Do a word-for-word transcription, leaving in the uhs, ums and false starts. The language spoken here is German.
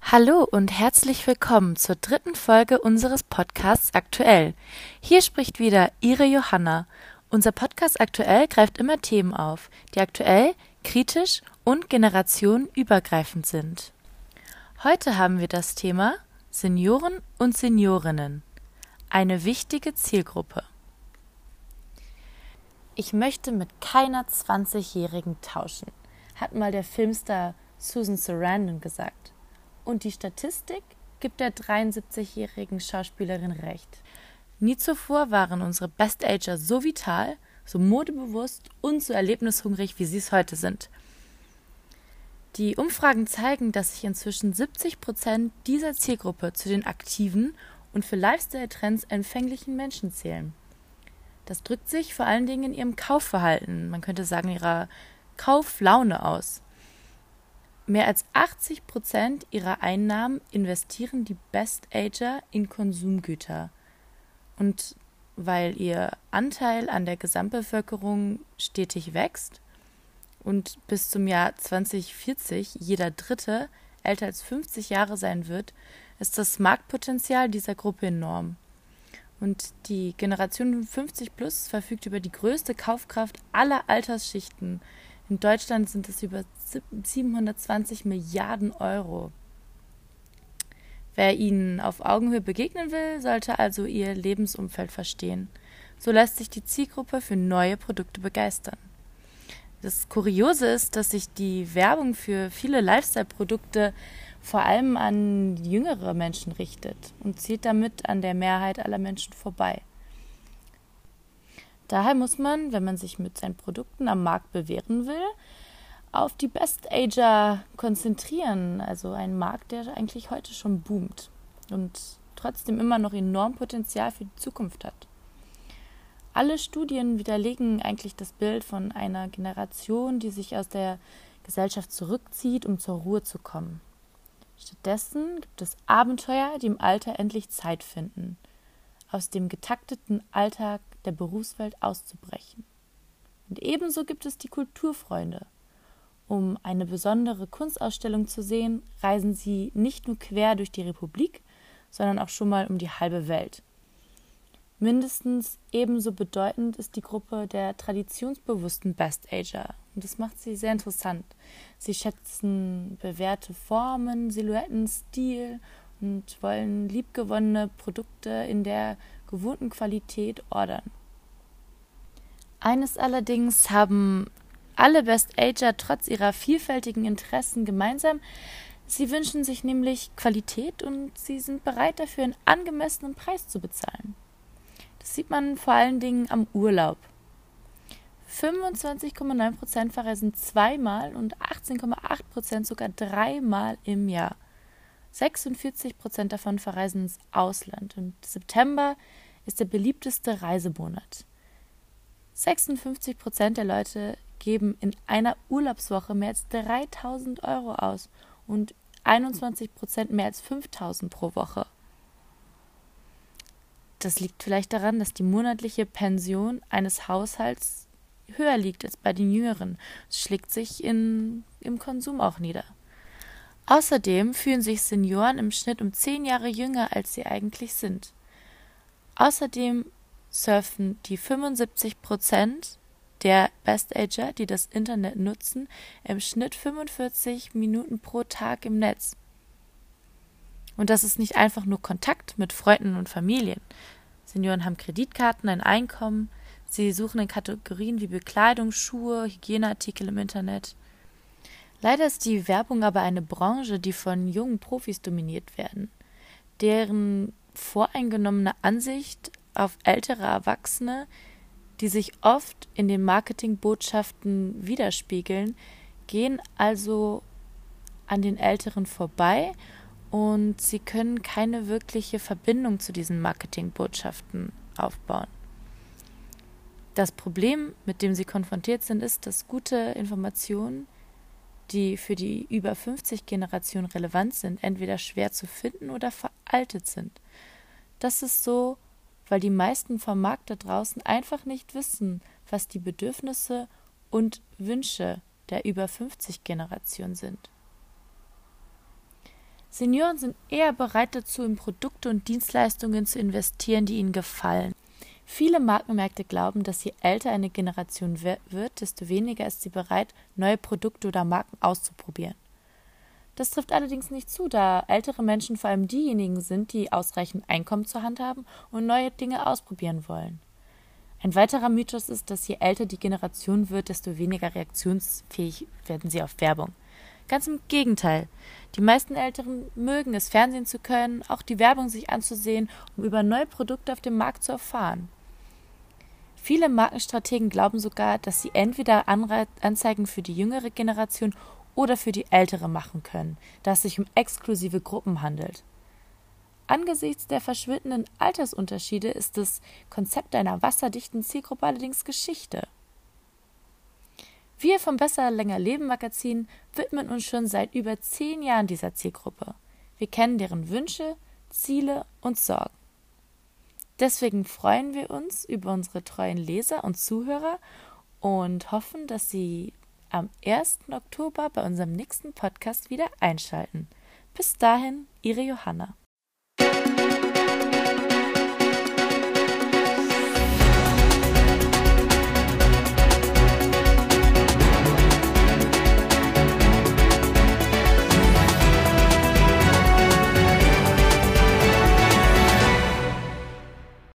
Hallo und herzlich willkommen zur dritten Folge unseres Podcasts Aktuell. Hier spricht wieder Ihre Johanna. Unser Podcast Aktuell greift immer Themen auf, die aktuell, kritisch und generationenübergreifend sind. Heute haben wir das Thema Senioren und Seniorinnen. Eine wichtige Zielgruppe. Ich möchte mit keiner zwanzigjährigen tauschen, hat mal der Filmstar Susan Sarandon gesagt. Und die Statistik gibt der dreiundsiebzigjährigen Schauspielerin recht. Nie zuvor waren unsere Best-Ager so vital, so modebewusst und so erlebnishungrig, wie sie es heute sind. Die Umfragen zeigen, dass sich inzwischen siebzig Prozent dieser Zielgruppe zu den aktiven und für Lifestyle-Trends empfänglichen Menschen zählen. Das drückt sich vor allen Dingen in ihrem Kaufverhalten, man könnte sagen ihrer Kauflaune aus. Mehr als achtzig Prozent ihrer Einnahmen investieren die Best-Ager in Konsumgüter. Und weil ihr Anteil an der Gesamtbevölkerung stetig wächst und bis zum Jahr zweitausendvierzig jeder Dritte älter als fünfzig Jahre sein wird, ist das Marktpotenzial dieser Gruppe enorm. Und die Generation fünfzig plus verfügt über die größte Kaufkraft aller Altersschichten. In Deutschland sind es über siebenhundertzwanzig Milliarden Euro. Wer ihnen auf Augenhöhe begegnen will, sollte also ihr Lebensumfeld verstehen. So lässt sich die Zielgruppe für neue Produkte begeistern. Das Kuriose ist, dass sich die Werbung für viele Lifestyle-Produkte vor allem an jüngere Menschen richtet und zielt damit an der Mehrheit aller Menschen vorbei. Daher muss man, wenn man sich mit seinen Produkten am Markt bewähren will, auf die Best-Ager konzentrieren. Also ein Markt, der eigentlich heute schon boomt und trotzdem immer noch enorm Potenzial für die Zukunft hat. Alle Studien widerlegen eigentlich das Bild von einer Generation, die sich aus der Gesellschaft zurückzieht, um zur Ruhe zu kommen. Stattdessen gibt es Abenteuer, die im Alter endlich Zeit finden, aus dem getakteten Alltag der Berufswelt auszubrechen. Und ebenso gibt es die Kulturfreunde. Um eine besondere Kunstausstellung zu sehen, reisen sie nicht nur quer durch die Republik, sondern auch schon mal um die halbe Welt. Mindestens ebenso bedeutend ist die Gruppe der traditionsbewussten Best-Ager. Und das macht sie sehr interessant. Sie schätzen bewährte Formen, Silhouetten, Stil und wollen liebgewonnene Produkte in der gewohnten Qualität ordern. Eines allerdings haben alle Best-Ager trotz ihrer vielfältigen Interessen gemeinsam: Sie wünschen sich nämlich Qualität und sie sind bereit dafür, einen angemessenen Preis zu bezahlen. Das sieht man vor allen Dingen am Urlaub. fünfundzwanzig Komma neun Prozent verreisen zweimal und achtzehn Komma acht Prozent sogar dreimal im Jahr. sechsundvierzig Prozent davon verreisen ins Ausland und September ist der beliebteste Reisemonat. sechsundfünfzig Prozent der Leute geben in einer Urlaubswoche mehr als dreitausend Euro aus und einundzwanzig Prozent mehr als fünftausend pro Woche. Das liegt vielleicht daran, dass die monatliche Pension eines Haushalts höher liegt als bei den Jüngeren. Es schlägt sich in, im Konsum auch nieder. Außerdem fühlen sich Senioren im Schnitt um zehn Jahre jünger, als sie eigentlich sind. Außerdem surfen die fünfundsiebzig Prozent der Best-Ager, die das Internet nutzen, im Schnitt fünfundvierzig Minuten pro Tag im Netz. Und das ist nicht einfach nur Kontakt mit Freunden und Familien. Senioren haben Kreditkarten, ein Einkommen, sie suchen in Kategorien wie Bekleidung, Schuhe, Hygieneartikel im Internet. Leider ist die Werbung aber eine Branche, die von jungen Profis dominiert werden, deren voreingenommene Ansicht auf ältere Erwachsene, die sich oft in den Marketingbotschaften widerspiegeln, gehen also an den Älteren vorbei und sie können keine wirkliche Verbindung zu diesen Marketingbotschaften aufbauen. Das Problem, mit dem sie konfrontiert sind, ist, dass gute Informationen, die für die über fünfzig Generation relevant sind, entweder schwer zu finden oder veraltet sind. Das ist so, weil die meisten vom Markt da draußen einfach nicht wissen, was die Bedürfnisse und Wünsche der über fünfzig Generation sind. Senioren sind eher bereit dazu, in Produkte und Dienstleistungen zu investieren, die ihnen gefallen. Viele Markenmärkte glauben, dass je älter eine Generation wird, desto weniger ist sie bereit, neue Produkte oder Marken auszuprobieren. Das trifft allerdings nicht zu, da ältere Menschen vor allem diejenigen sind, die ausreichend Einkommen zur Hand haben und neue Dinge ausprobieren wollen. Ein weiterer Mythos ist, dass je älter die Generation wird, desto weniger reaktionsfähig werden sie auf Werbung. Ganz im Gegenteil. Die meisten Älteren mögen es, Fernsehen zu können, auch die Werbung sich anzusehen, um über neue Produkte auf dem Markt zu erfahren. Viele Markenstrategen glauben sogar, dass sie entweder Anzeigen für die jüngere Generation oder für die ältere machen können, da es sich um exklusive Gruppen handelt. Angesichts der verschwindenden Altersunterschiede ist das Konzept einer wasserdichten Zielgruppe allerdings Geschichte. Wir vom Besser Länger Leben Magazin widmen uns schon seit über zehn Jahren dieser Zielgruppe. Wir kennen deren Wünsche, Ziele und Sorgen. Deswegen freuen wir uns über unsere treuen Leser und Zuhörer und hoffen, dass Sie am ersten Oktober bei unserem nächsten Podcast wieder einschalten. Bis dahin, Ihre Johanna.